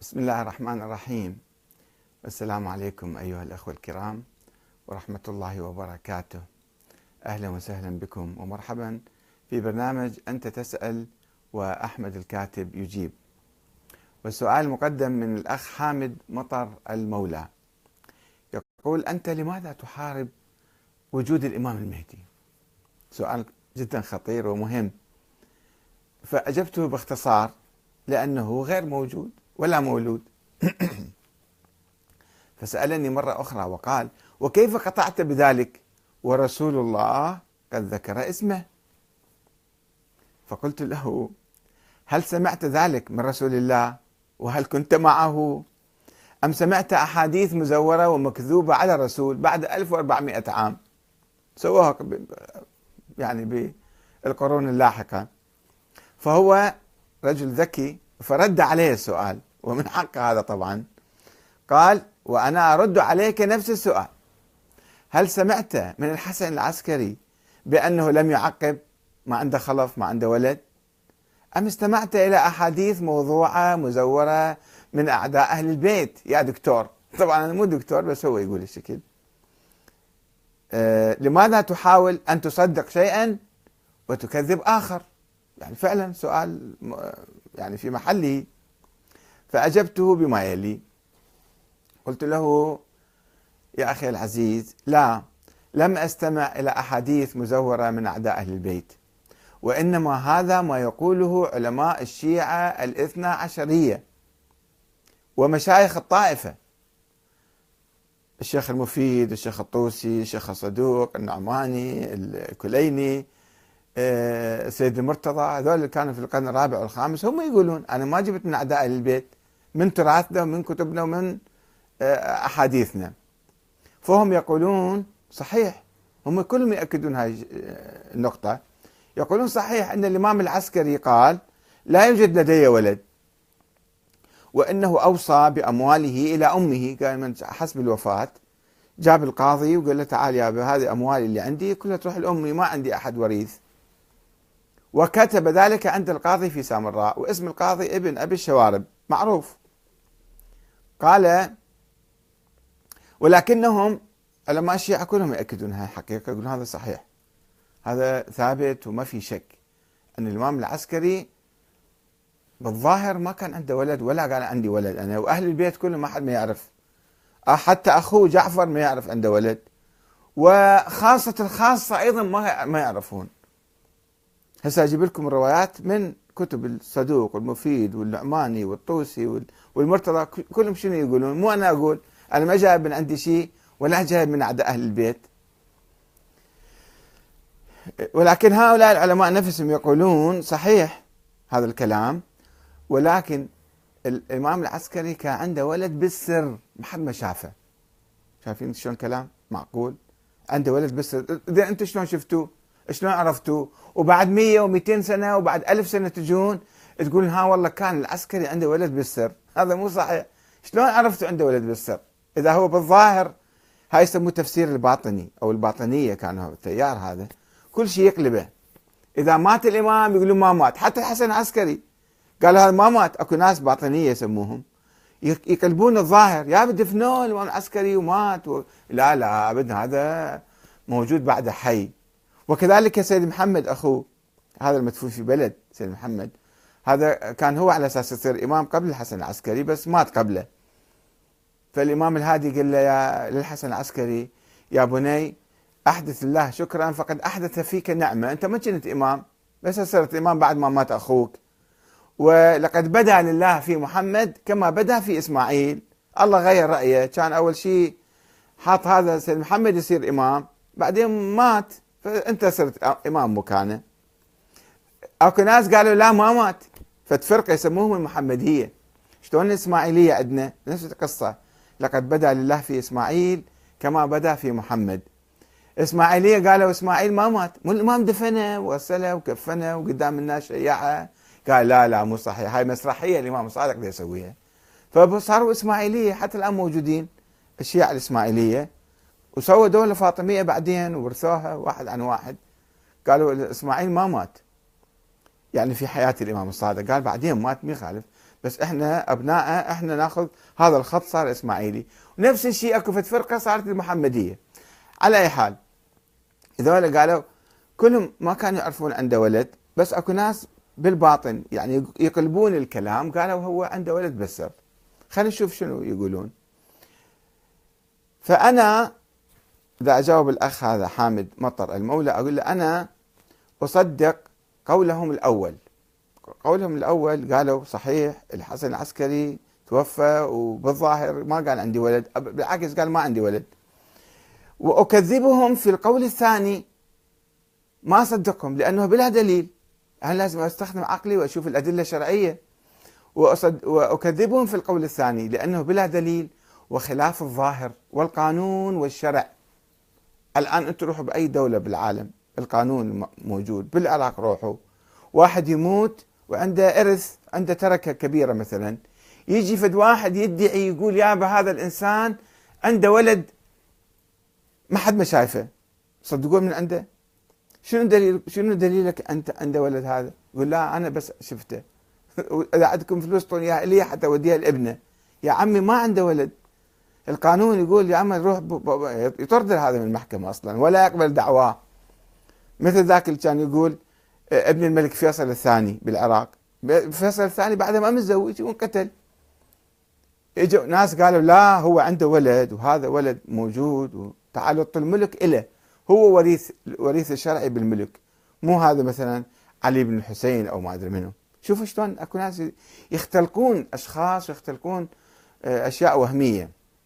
بسم الله الرحمن الرحيم. السلام عليكم أيها الأخوة الكرام ورحمة الله وبركاته. أهلا وسهلا بكم ومرحبا في برنامج أنت تسأل وأحمد الكاتب يجيب. والسؤال مقدم من الأخ حامد مطر المولى، يقول: أنت لماذا تحارب وجود الإمام المهدي؟ سؤال جدا خطير ومهم، فأجبته باختصار: لأنه غير موجود ولا مولود. فسألني مرة أخرى وقال: وكيف قطعت بذلك ورسول الله قد ذكر اسمه؟ فقلت له: هل سمعت ذلك من رسول الله؟ وهل كنت معه؟ أم سمعت أحاديث مزورة ومكذوبة على الرسول بعد 1400 عام سووها يعني بالقرون اللاحقة؟ فهو رجل ذكي فرد عليه السؤال، ومن حقه هذا طبعا. قال: وأنا أرد عليك نفس السؤال: هل سمعت من الحسن العسكري بأنه لم يعقب، ما عنده خلف، ما عنده ولد؟ أم استمعت إلى أحاديث موضوعة مزورة من أعداء أهل البيت يا دكتور؟ طبعا أنا مو دكتور، بس هو يقول الشكل. لماذا تحاول أن تصدق شيئا وتكذب آخر؟ يعني فعلا سؤال يعني في محله. فأجبته بما يلي. قلت له: يا أخي العزيز، لا، لم أستمع إلى أحاديث مزورة من أعداء أهل البيت، وإنما هذا ما يقوله علماء الشيعة الاثنى عشرية ومشايخ الطائفة: الشيخ المفيد، الشيخ الطوسي، الشيخ الصدوق، النعماني، الكليني، سيد المرتضى. هذول اللي كانوا في القرن الرابع والخامس هم يقولون. أنا ما جبت من أعداء أهل البيت، من تراثنا ومن كتبنا ومن أحاديثنا. فهم يقولون صحيح، هم كلهم يأكدون هذه النقطة، يقولون صحيح أن الإمام العسكري قال: لا يوجد لدي ولد، وأنه أوصى بأمواله إلى أمه. قال من حسب الوفاة جاب القاضي وقال له: تعال يا أبي، هذه أموالي اللي عندي كلها تروح لأمي، ما عندي أحد وريث. وكتب ذلك عند القاضي في سامراء، واسم القاضي ابن أبي الشوارب معروف. قال: ولكنهم علماء الشيعة كلهم يأكدون هاي الحقيقة، يقولون هذا صحيح، هذا ثابت وما في شك أن الإمام العسكري بالظاهر ما كان عنده ولد، ولا قال عندي ولد أنا، وأهل البيت كلهم ما حد ما يعرف، حتى أخوه جعفر ما يعرف عنده ولد، وخاصة الخاصة أيضا ما يعرفون. هسه أجيب لكم الروايات من كتب الصدوق والمفيد والنعماني والطوسي والمرتضى، كلهم شنو يقولون، مو أنا أقول، أنا ما جايب من عندي شيء ولا جايب من أعداء أهل البيت. ولكن هؤلاء العلماء نفسهم يقولون صحيح هذا الكلام، ولكن الإمام العسكري كان عنده ولد بالسر، ما حد ما شافه. شايفين شلون كلام معقول؟ عنده ولد بالسر. إذا أنتم شلون شفتوه؟ شلون عرفتوه؟ وبعد 100 و200 سنة وبعد 1000 سنة تجون تقول ها والله كان العسكري عنده ولد بالسر. هذا مو صحيح. شلون عرفتوا عنده ولد بالسر إذا هو بالظاهر؟ هاي يسموه تفسير الباطني أو الباطنية، كان التيار هذا كل شيء يقلبه. إذا مات الإمام يقولون ما مات، حتى الحسن العسكري قال هذا ما مات. أكو ناس باطنية يسموهم يقلبون الظاهر، يا بدفنوه الإمام العسكري ومات لا لا أبدا، هذا موجود بعد حي. وكذلك سيد محمد أخوه، هذا المدفون في بلد سيد محمد، هذا كان هو على أساس يصير إمام قبل الحسن العسكري بس مات قبله. فالإمام الهادي قال له للحسن العسكري: يا بني، أحدث الله شكرا فقد أحدث فيك نعمة، أنت ما كنت إمام بس صرت إمام بعد ما مات أخوك، ولقد بدا لله في محمد كما بدا في إسماعيل. الله غير رأيه، كان أول شيء حاط هذا سيد محمد يصير إمام، بعدين مات فأنت صرت إمام مكانه. أكو ناس قالوا لا ما مات، فتفرقة يسموهم المحمدية. شلون الإسماعيلية عندنا نفس القصة: لقد بدا لله في إسماعيل كما بدا في محمد. إسماعيلية قالوا إسماعيل ما مات، مو الإمام دفنه وغسله وكفنه وقدام الناس شيعه. قال لا لا مو صحيح، هاي مسرحية الإمام الصادق بده يسويها. فصاروا إسماعيلية، حتى الآن موجودين الشيعة الإسماعيلية، وسووا دولة فاطمية بعدين ورثوها واحد عن واحد. قالوا إسماعيل ما مات يعني في حياة الإمام الصادق، قال بعدين مات، ما يخالف، بس احنا ابنائه، احنا ناخذ هذا الخط صار اسماعيلي. ونفس الشيء اكو فد فرقه صارت المحمديه. على اي حال، هذول قالوا كلهم ما كانوا يعرفون عنده ولد، بس اكو ناس بالباطن يعني يقلبون الكلام، قالوا هو عنده ولد بس. خلينا نشوف شنو يقولون. فانا اذا اجاوب الاخ هذا حامد مطر المولى، اقول له انا اصدق قولهم الاول. قولهم الاول قالوا صحيح الحسن العسكري توفى وبالظاهر ما قال عندي ولد، بالعكس قال ما عندي ولد. واكذبهم في القول الثاني، ما اصدقهم لانه بلا دليل. انا لازم استخدم عقلي واشوف الادله الشرعيه. واكذبهم في القول الثاني لانه بلا دليل وخلاف الظاهر والقانون والشرع. الان انتم روحوا باي دوله بالعالم القانون موجود. بالعراق روحوا، واحد يموت وعنده ارث، عنده تركه كبيره مثلا، يجي فد واحد يدعي يقول يابا هذا الانسان عنده ولد ما حد ما شايفه، صدقون من عنده؟ شنو دليلك انت عنده ولد هذا؟ يقول لا انا بس شفته. اذا عندكم فلوس طون اياها لي حتى اوديها لابنه. يا عمي ما عنده ولد. القانون يقول يا عمي روح يطرد هذا من المحكمه اصلا ولا يقبل دعواه. مثل ذاك اللي كان يقول ابن الملك فيصل الثاني بالعراق، فيصل الثاني بعد ما متزوج وانقتل. اجوا ناس قالوا لا هو عنده ولد وهذا ولد موجود وتعالوا اعطوا الملك له، هو وريث الشرعي بالملك، مو هذا مثلا علي بن الحسين او ما ادري منه. شوفوا شلون اكو ناس يختلقون اشخاص ويختلقون اشياء وهميه،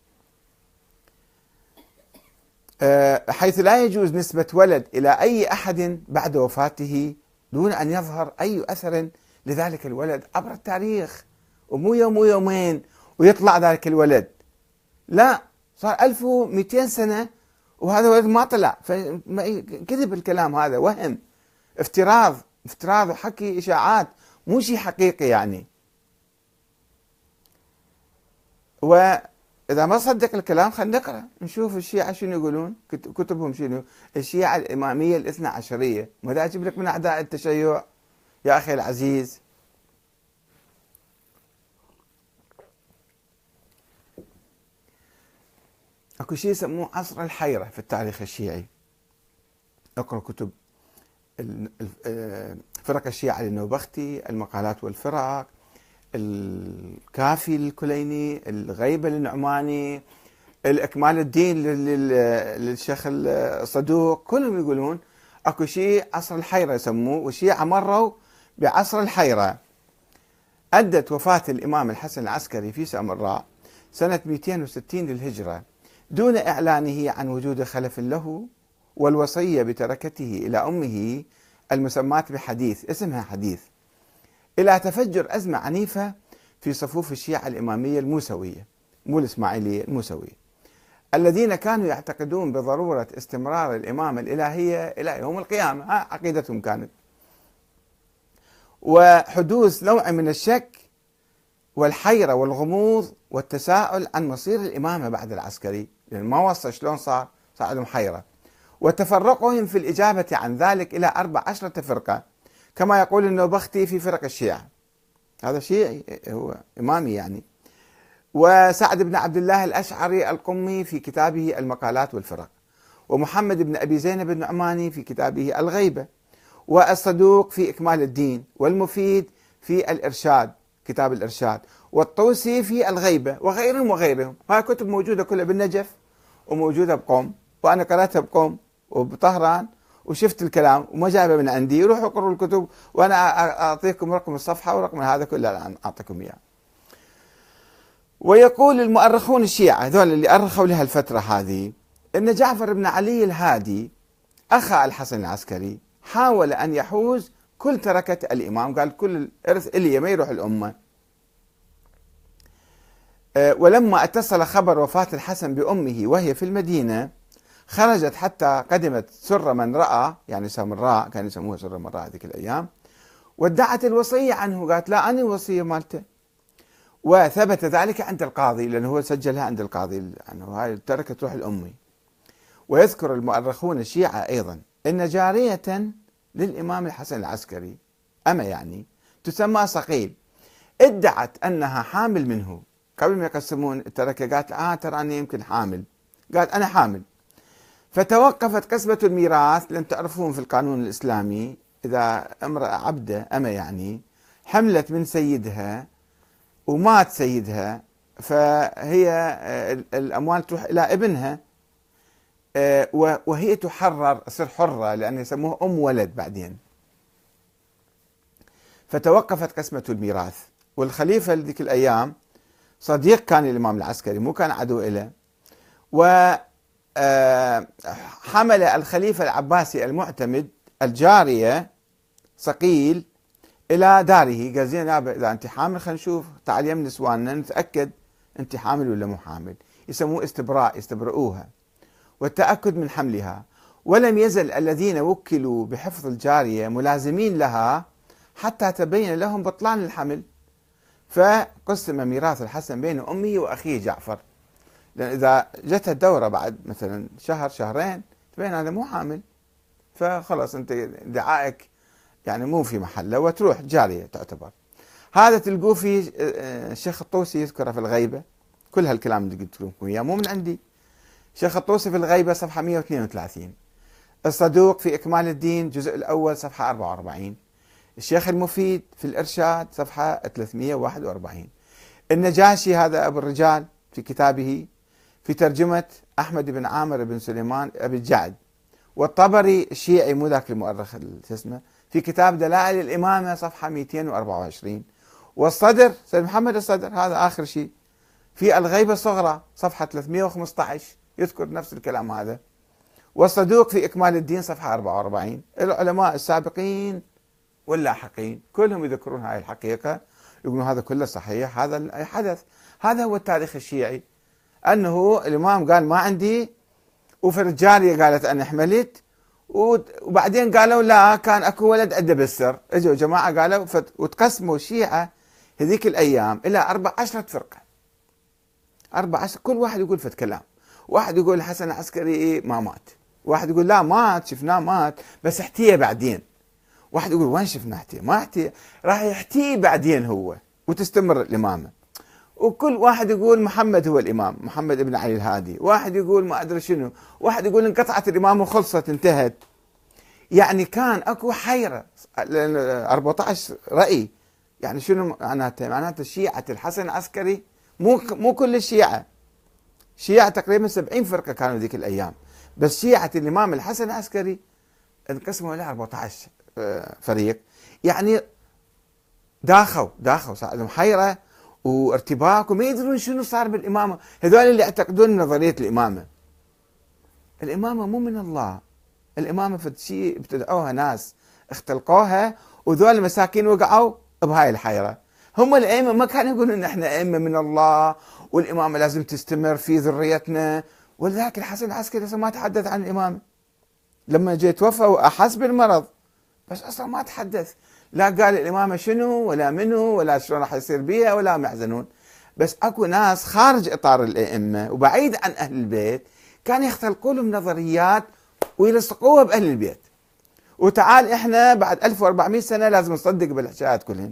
حيث لا يجوز نسبة ولد إلى أي أحد بعد وفاته دون أن يظهر أي أثر لذلك الولد عبر التاريخ، ومو يوم ويومين ويطلع ذلك الولد. لا، صار 1200 سنة وهذا الولد ما طلع. كذب الكلام هذا، وهم، افتراض وحكي إشاعات، مو شيء حقيقي يعني. إذا ما صدق الكلام خلينا نقرأ نشوف الشيعة شنو يقولون، كتبهم شنو. الشيعة الإمامية الاثنى عشرية، ماذا أجيب لك من أعداء التشيع يا أخي العزيز. أكو شيء يسموه عصر الحيرة في التاريخ الشيعي. اقرأ كتب فرق الشيعة للنوبختي، المقالات والفرق، الكافي للكليني، الغيبة للنعماني، الإكمال الدين للشيخ الصدوق، كلهم يقولون اكو شيء عصر الحيرة يسموه، والشيعة مروا بعصر الحيرة. أدت وفاة الإمام الحسن العسكري في سامراء سنة 260 للهجرة دون إعلانه عن وجود خلف له، والوصية بتركته إلى أمه المسماة بحديث، اسمها حديث، إلى تفجر أزمة عنيفة في صفوف الشيعة الإمامية الموسوية، مو الإسماعيلية، الموسوية، الذين كانوا يعتقدون بضرورة استمرار الإمامة الإلهية إلى يوم القيامة. عقيدتهم كانت. وحدوث نوع من الشك والحيرة والغموض والتساؤل عن مصير الإمامة بعد العسكري، لأن ما وصل شلون صار عندهم حيرة. وتفرقهم في الإجابة عن ذلك إلى 14 فرقة، كما يقول النوبختي في فرق الشيعة. هذا شيعي، هو إمامي يعني. وسعد بن عبد الله الأشعري القمي في كتابه المقالات والفرق، ومحمد بن أبي زينب النعماني في كتابه الغيبة، والصدوق في إكمال الدين، والمفيد في الإرشاد، كتاب الإرشاد، والطوسي في الغيبة، وغيرهم. هاي كتب موجودة كلها بالنجف وموجودة بقوم، وأنا قرأتها بقوم وبطهران وشفت الكلام وما جايبه من عندي. روحوا اقروا الكتب وأنا أعطيكم رقم الصفحة ورقم هذا كله أعطيكم إياه. ويقول المؤرخون الشيعة هذول اللي أرخوا لها الفترة هذه أن جعفر بن علي الهادي أخا الحسن العسكري حاول أن يحوز كل تركة الإمام، قال كل الإرث إلي ما يروح الأمة. ولما اتصل خبر وفاة الحسن بأمه وهي في المدينة خرجت حتى قدمت سر من رأى، يعني سامراء كانوا يسموها سر من رأى ذيك الأيام، وادعت الوصية عنه، قالت لا أنا الوصية مالته. وثبت ذلك عند القاضي، لأنه هو سجلها عند القاضي أنه هاي تركة تروح الأمي. ويذكر المؤرخون الشيعة أيضا أن جارية للإمام الحسن العسكري، أما يعني تسمى صقيل، ادعت أنها حامل منه قبل ما يقسمون التركة، قالت ترى أنا يمكن حامل، قالت أنا حامل. فتوقفت قسمة الميراث، لأن تعرفون في القانون الإسلامي إذا امرأة عبدة أما يعني حملت من سيدها ومات سيدها، فهي الأموال تروح إلى ابنها، وهي تحرر، تصير حرة، لأن يسموها أم ولد بعدين. فتوقفت قسمة الميراث. والخليفة ذيك الأيام صديق كان الإمام العسكري، مو كان عدو له. وحمل الخليفة العباسي المعتمد الجارية صقيل إلى داره، قال زين إذا أنت حامل خلينا نشوف، تعال يم نسواننا نتأكد أنت حامل ولا مو حامل. يسموه استبراء، يستبرؤوها والتأكد من حملها. ولم يزل الذين وكلوا بحفظ الجارية ملازمين لها حتى تبين لهم بطلان الحمل. فقسم ميراث الحسن بين أمه وأخيه جعفر، لأن إذا جت الدورة بعد مثلا شهر شهرين تبين هذا مو حامل، فخلص أنت دعائك يعني مو في محله وتروح جارية تعتبر. هذا تلقوه في الشيخ الطوسي يذكره في الغيبة، كل هالكلام اللي قلت لكم إياه مو من عندي. الشيخ الطوسي في الغيبة صفحة 132، الصدوق في إكمال الدين الجزء الأول صفحة 44، الشيخ المفيد في الإرشاد صفحة 341، النجاشي هذا أبو الرجال في كتابه في ترجمة أحمد بن عامر بن سليمان أبي الجعد، والطبري الشيعي مو ذاك المؤرخ اسمه في كتاب دلائل الإمامة صفحة 224، والصدر سيد محمد الصدر هذا آخر شيء في الغيبة الصغرى صفحة 315 يذكر نفس الكلام هذا، والصدوق في إكمال الدين صفحة 44. العلماء السابقين واللاحقين كلهم يذكرون هاي الحقيقة، يقولون هذا كله صحيح، هذا حدث، هذا هو التاريخ الشيعي، أنه الإمام قال ما عندي، وفي الجارية قالت أنا حملت، وبعدين قالوا لا كان أكو ولد عنده بالسر. اجوا جماعة قالوا وتقسموا الشيعة هذيك الأيام إلى 14 فرقة، 14 كل واحد يقول فد كلام. واحد يقول الحسن العسكري ما مات، واحد يقول لا مات شفناه مات بس احتيه بعدين، واحد يقول وين شفناه احتيه، ما احتيه راح يحتيه بعدين هو وتستمر الإمامة. وكل واحد يقول محمد هو الإمام، محمد ابن علي الهادي، واحد يقول ما أدري شنو، واحد يقول انقطعت الإمامة وخلصت انتهت. يعني كان أكو حيرة، 14 رأي. يعني شنو معناته؟ معناته شيعة الحسن العسكري مو كل الشيعة، شيعة تقريبا 70 فرقة كانوا ذيك الأيام، بس شيعة الإمام الحسن العسكري انقسموا إلى 14 فريق. يعني داخوا صار لهم حيرة وارتباك وما يدرون شنو صار بالإمامة. هذول اللي يعتقدون نظرية الإمامة، الإمامة مو من الله، الإمامة في شيء ابتدعوها ناس اختلقوها، وذول المساكين وقعوا بهاي الحيرة. هم الأئمة ما كانوا يقولون احنا أئمة من الله والإمامة لازم تستمر في ذريتنا، ولذلك الحسن العسكري ما تحدث عن الإمامة لما جاء توفى وأحس بالمرض، بس أصلا ما تحدث، لا قال الإمامة شنو ولا منو ولا شلون راح يصير بيها ولا محزنون. بس أكو ناس خارج إطار الأئمة وبعيد عن أهل البيت كانوا يختلقون لهم نظريات ويلصقوها بأهل البيت، وتعال إحنا بعد 1400 سنة لازم نصدق بالحكايات كلهن.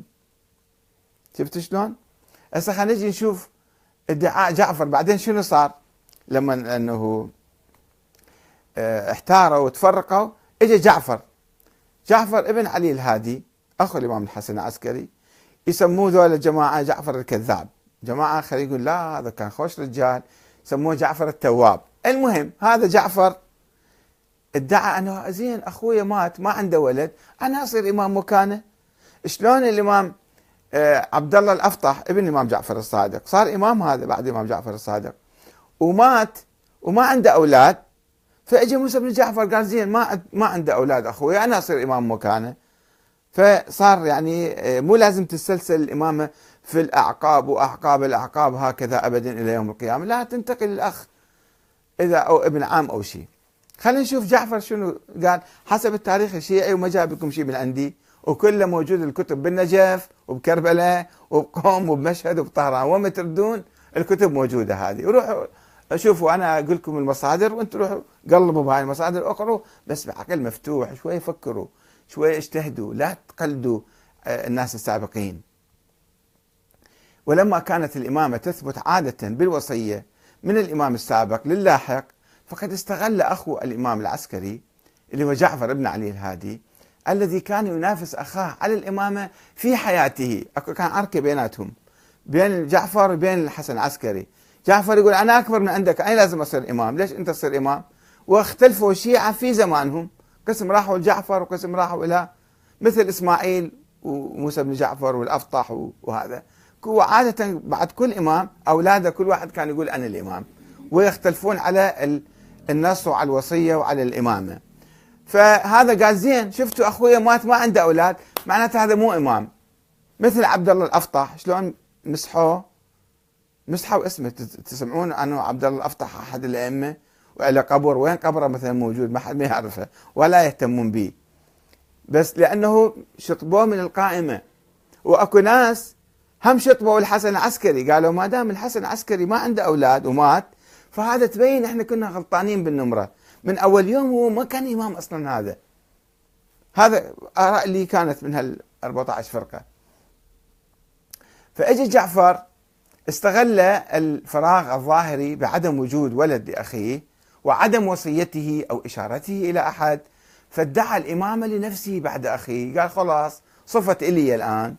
شفت شلون؟ هسه خلينا نجي نشوف ادعاء جعفر بعدين شنو صار لما أنه احتاروا وتفرقوا. اجى جعفر ابن علي الهادي أخو الإمام الحسن العسكري، يسموه ذول الجماعة جعفر الكذاب، جماعة خلي يقول لا هذا كان خوش رجال، يسموه جعفر التواب. المهم هذا جعفر ادعى أنه زين أخويا مات ما عنده ولد، أنا أصير إمام مكانه. شلون الإمام عبد الله الأفطح ابن الإمام جعفر الصادق صار إمام هذا بعد الإمام جعفر الصادق ومات وما عنده أولاد، فاجى موسى بن جعفر قال زين ما عنده أولاد أخويا أنا أصير إمام مكانه. فصار يعني مو لازم تتسلسل الإمامة في الأعقاب وأعقاب الأعقاب هكذا أبدا إلى يوم القيامة، لا تنتقل الأخ إذا أو ابن عام أو شيء. خلينا نشوف جعفر شنو قال حسب التاريخ الشيعي، وما جاب لكم شيء من عندي، وكله موجود الكتب بالنجف وبكربلاء وبقوم وبمشهد وبطهران، وما تردون الكتب موجودة هذه، وروحوا شوفوا. أنا أقول لكم المصادر وأنتم روحوا قلبوا بهاي المصادر، اقروا بس بعقل مفتوح، شوي فكروا، شوي اجتهدوا، لا تقلدوا الناس السابقين. ولما كانت الإمامة تثبت عادة بالوصية من الإمام السابق للاحق، فقد استغل أخو الإمام العسكري اللي هو جعفر بن علي الهادي، الذي كان ينافس أخاه على الإمامة في حياته. كان عركة بيناتهم، بين جعفر وبين الحسن العسكري. جعفر يقول أنا أكبر من عندك، أنا لازم أصير إمام، ليش أنت تصير إمام؟ واختلفوا الشيعة في زمانهم، قسم راحوا لجعفر وقسم راحوا إلى مثل إسماعيل وموسى بن جعفر والأفطح وهذا. وعادة بعد كل إمام أولاده كل واحد كان يقول أنا الإمام، ويختلفون على النص وعلى الوصية وعلى الإمامة. فهذا قال زين، شفتوا أخويا مات ما عنده أولاد، معناته هذا مو إمام. مثل عبد الله الأفطح، شلون مسحوا اسمه، تسمعون أنه عبد الله الأفطح أحد الأئمة وإلى قبر، وين قبره مثلا موجود ما حد ما يعرفه ولا يهتمون به، بس لأنه شطبوه من القائمة. وأكو ناس هم شطبوا الحسن العسكري، قالوا ما دام الحسن العسكري ما عنده أولاد ومات، فهذا تبين احنا كنا غلطانين بالنمرة، من أول يوم هو ما كان إمام أصلا. هذا آراء اللي كانت من هال 14 فرقة. فأجي جعفر استغل الفراغ الظاهري بعدم وجود ولد لأخيه وعدم وصيته أو إشارته إلى أحد، فادعى الإمامة لنفسه بعد أخيه، قال خلاص صفت إلي الآن.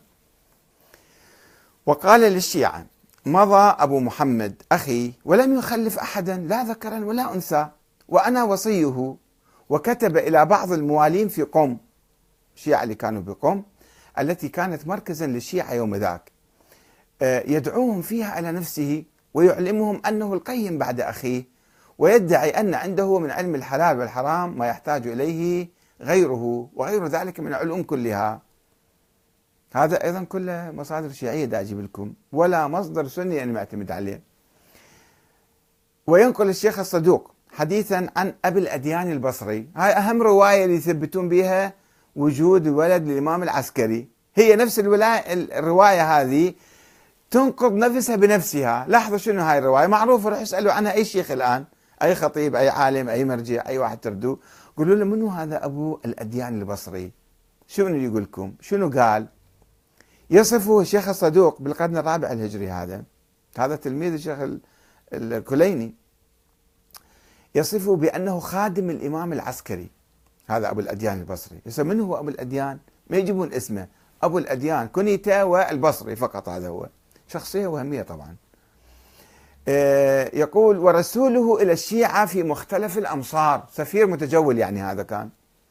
وقال للشيعة مضى أبو محمد أخي ولم يخلف أحدا لا ذكرا ولا أنثى وأنا وصيه. وكتب إلى بعض الموالين في قم، الشيعة اللي كانوا بقم التي كانت مركزا للشيعة يوم ذاك، يدعوهم فيها على نفسه ويعلمهم أنه القيم بعد أخيه، ويدعي أن عنده من علم الحلال والحرام ما يحتاج إليه غيره وغير ذلك من العلوم كلها. هذا أيضا كله مصادر شيعية دا أجيب لكم، ولا مصدر سني أنا معتمد عليه. وينقل الشيخ الصدوق حديثا عن أبي الأديان البصري، هاي أهم رواية اللي يثبتون بها وجود الولد للإمام العسكري، هي نفس الرواية هذه تنقض نفسها بنفسها. لاحظوا شنو هاي الرواية معروفة، روح اسألوا عنها أي شيخ الآن، أي خطيب، أي عالم، أي مرجع، أي واحد تردوه، قولوا له منو هذا أبو الأديان البصري، شنو يقول لكم، شنو قال. يصفه الشيخ الصدوق بالقرن الرابع الهجري، هذا تلميذ الشيخ الكليني، يصفه بأنه خادم الإمام العسكري، هذا أبو الأديان البصري. من هو أبو الأديان؟ ما يجيبون اسمه، أبو الأديان كنيته والبصري فقط، هذا هو، شخصية وهمية طبعا. يقول ورسوله إلى الشيعة في مختلف الأمصار، سفير متجول يعني هذا كان،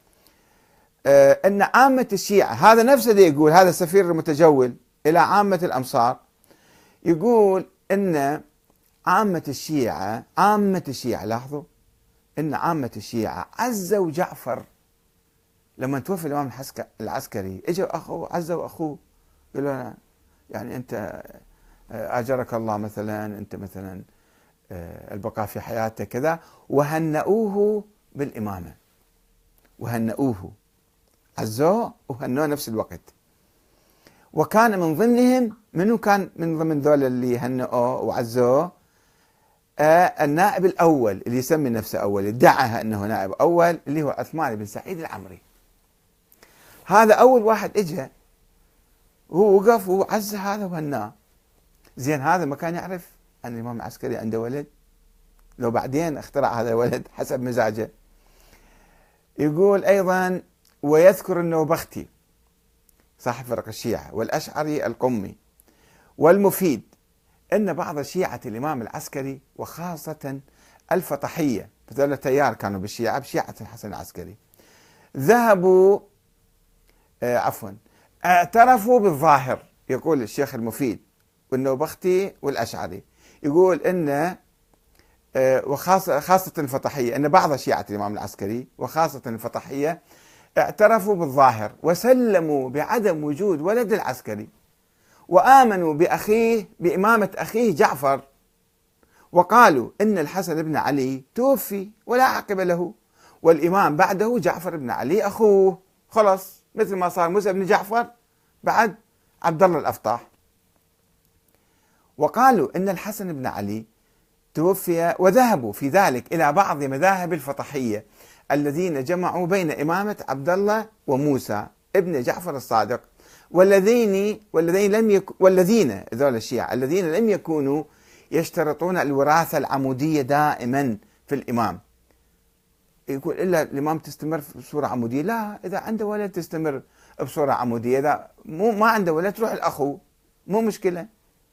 أن عامة الشيعة، هذا نفسه اللي يقول، هذا السفير المتجول إلى عامة الأمصار، يقول أن عامة الشيعة لاحظوا أن عامة الشيعة عزوا جعفر لما توفي الإمام العسكري، اجوا أخوه عزوا أخوه، قالوا يعني أنت أجرك الله مثلا، أنت مثلا البقاء في حياته كذا، وهنؤوه بالإمامة، وهنؤوه، عزوه وهنوه نفس الوقت. وكان من ضمنهم، منو كان من ضمن ذول اللي هنؤوه وعزوه؟ النائب الأول اللي يسمي نفسه أول، ادعى أنه نائب أول، اللي هو عثمان بن سعيد العمري. هذا أول واحد إجا، هو وقف وعز هذا وهناه. زين هذا ما كان يعرف أن الإمام العسكري عنده ولد؟ لو بعدين اخترع هذا الولد حسب مزاجه. يقول أيضا ويذكر النوبختي صاحب فرق الشيعة والأشعري القمي والمفيد أن بعض شيعة الإمام العسكري وخاصة الفطحية، هذول تيار كانوا بالشيعة بشيعة الحسن العسكري، ذهبوا اعترفوا بالظاهر. يقول الشيخ المفيد والنوبختي والأشعري، يقول أن خاصة الفطحية، أن بعض شيعة الإمام العسكري وخاصة الفطحية اعترفوا بالظاهر وسلموا بعدم وجود ولد العسكري، وآمنوا بأخيه بإمامة أخيه جعفر، وقالوا إن الحسن بن علي توفي ولا عقب له، والإمام بعده جعفر بن علي أخوه، خلص مثل ما صار موسى بن جعفر بعد عبد الله الأفطاح. وقالوا إن الحسن بن علي توفي، وذهبوا في ذلك إلى بعض مذاهب الفطحية الذين جمعوا بين إمامة عبد الله وموسى ابن جعفر الصادق، والذين هذول الشيعة الذين لم يكونوا يشترطون الوراثة العمودية دائما في الإمام. يقول إلا الإمام تستمر بصورة عمودية، لا، إذا عنده ولد تستمر بصورة عمودية، إذا ما عنده ولد تروح الأخو، مو مشكلة.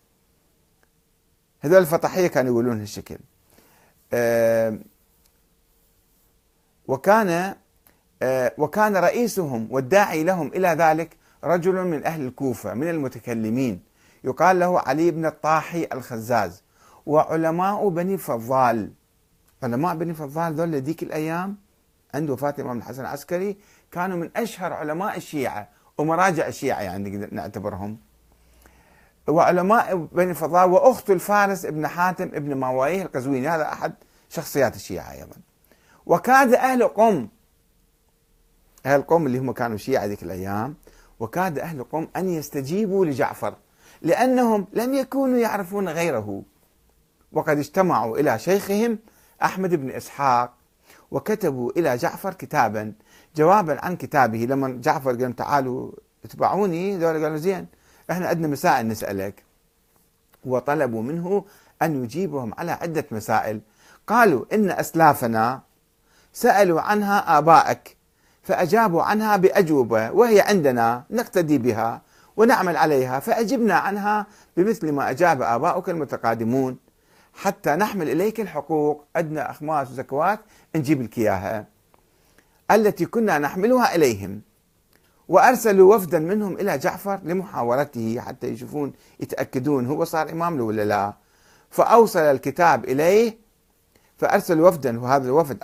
هذول الفطحية كانوا يقولون هالشكل. وكان رئيسهم والداعي لهم إلى ذلك رجل من أهل الكوفة من المتكلمين يقال له علي بن الطاحي الخزاز. وعلماء بني فضال، علماء بني فضال ذول ذيك الأيام عند وفاة الإمام الحسن العسكري كانوا من أشهر علماء الشيعة ومراجع الشيعة، يعني نعتبرهم. وعلماء بني فضال وأخت الفارس ابن حاتم ابن ماويه القزويني، هذا أحد شخصيات الشيعة أيضا. وكاد أهل قم، أهل قم اللي هم كانوا شيعة ذيك الأيام، وكاد أهل قم أن يستجيبوا لجعفر لأنهم لم يكونوا يعرفون غيره، وقد اجتمعوا إلى شيخهم أحمد بن إسحاق وكتبوا إلى جعفر كتابا جوابا عن كتابه. لما جعفر قال تعالوا اتبعوني، ذولا قالوا زين احنا عندنا مسائل نسألك، وطلبوا منه أن يجيبهم على عدة مسائل. قالوا إن أسلافنا سألوا عنها آبائك فأجابوا عنها بأجوبة وهي عندنا نقتدي بها ونعمل عليها، فأجبنا عنها بمثل ما أجاب آباؤك المتقادمون حتى نحمل إليك الحقوق، عندنا أخماس وزكوات نجيب لك إياها التي كنا نحملها إليهم. وأرسلوا وفدا منهم إلى جعفر لمحاورته حتى يشوفون يتأكدون هو صار إمام له ولا لا. فأوصل الكتاب إليه، فأرسلوا وفدا، وهذا الوفد